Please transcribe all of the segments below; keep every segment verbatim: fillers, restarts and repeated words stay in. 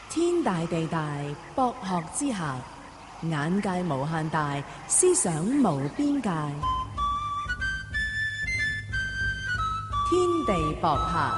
天大地大，博學之下，眼界無限大，思想無邊界。天地博客。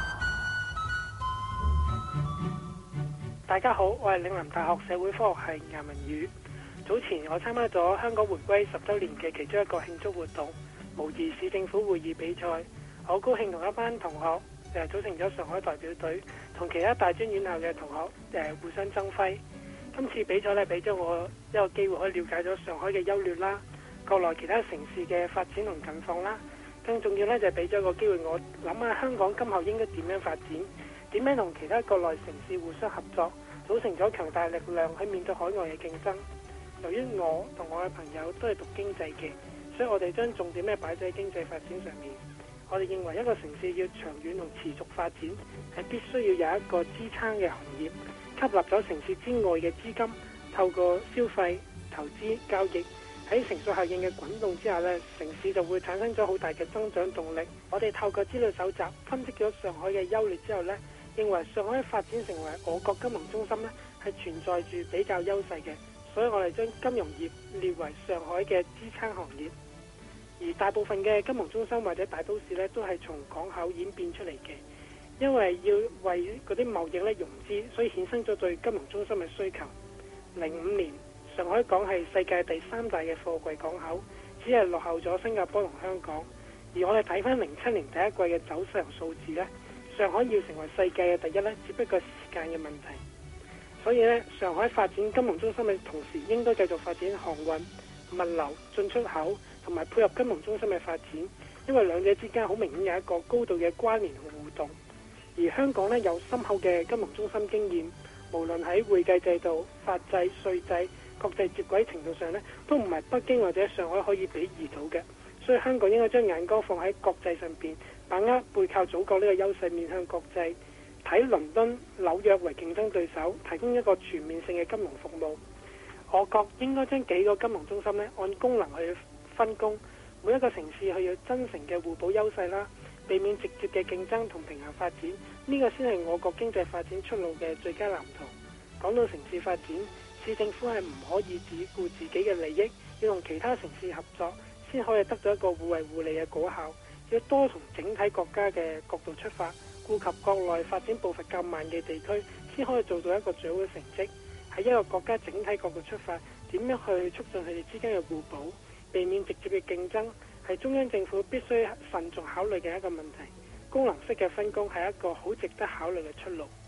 大家好，我係嶺南大學社會科學系顏文宇。早前我參加咗香港回歸十週年嘅其中一個慶祝活動——模擬市政府會議比賽。我好高興同一班同學誒組成咗上海代表隊，同其他大專院校嘅同學誒互相爭輝。今次比賽咧，俾咗我一個機會可以了解咗上海嘅優劣啦，國內其他城市嘅發展同近況啦。更重要咧，就係俾咗個機會我諗下香港今後應該點樣發展，點樣同其他國內城市互相合作，組成咗強大力量去面對海外嘅競爭。由於我同我嘅朋友都係讀經濟嘅，所以我哋將重點咧擺喺經濟發展上面。我哋認為一個城市要長遠同持續發展，係必須要有一個支撐嘅行業，吸納咗城市之外嘅資金，透過消費、投資、交易，喺乘數效應嘅滾動之下呢，城市就會產生咗好大嘅增長動力。我哋透過資料搜集，分析咗上海嘅優劣之後呢，認為上海發展成為我國金融中心呢，係存在住比較優勢嘅，所以我哋將金融業列為上海嘅支撐行業。而大部分嘅金融中心或者大都市呢，都係從港口演變出嚟嘅，因為要為嗰啲貿易咧融資，所以衍生咗對金融中心嘅需求。零五年，上海港係世界第三大嘅貨櫃港口，只係落後咗新加坡同香港。而我哋睇翻零七年第一季嘅走勢同數字呢，上海要成為世界嘅第一呢，只不過係時間嘅問題。所以呢，上海發展金融中心嘅同時，應該繼續發展航運、物流、進出口，同埋配合金融中心嘅發展，因為兩者之間好明顯有一個高度嘅關聯同互動。而香港呢，有深厚嘅金融中心經驗，無論喺會計制度、法制、稅制、國際接軌程度上呢，都唔係北京或者上海可以比擬到嘅。所以香港應該將眼光放喺國際上邊，把握背靠祖國呢個優勢，面向國際，睇倫敦、紐約為競爭對手，提供一個全面性嘅金融服務。我國應該將幾個金融中心呢，按功能去分工，每一個城市佢要真誠嘅互補優勢啦，避免直接嘅競爭同平衡發展，呢、這個先係我國經濟發展出路嘅最佳藍圖。講到城市發展，市政府係唔可以只顧自己嘅利益，要同其他城市合作，先可以得到一個互惠互利嘅果效。要多從整體國家嘅角度出發，顧及國內發展步伐較慢嘅地區，先可以做到一個最好嘅成績。喺一個國家整體角度出發，點樣去促進佢哋之間嘅互補，避免直接嘅競爭，係中央政府必須慎重考慮嘅一個問題。功能式嘅分工係一個好值得考慮嘅出路。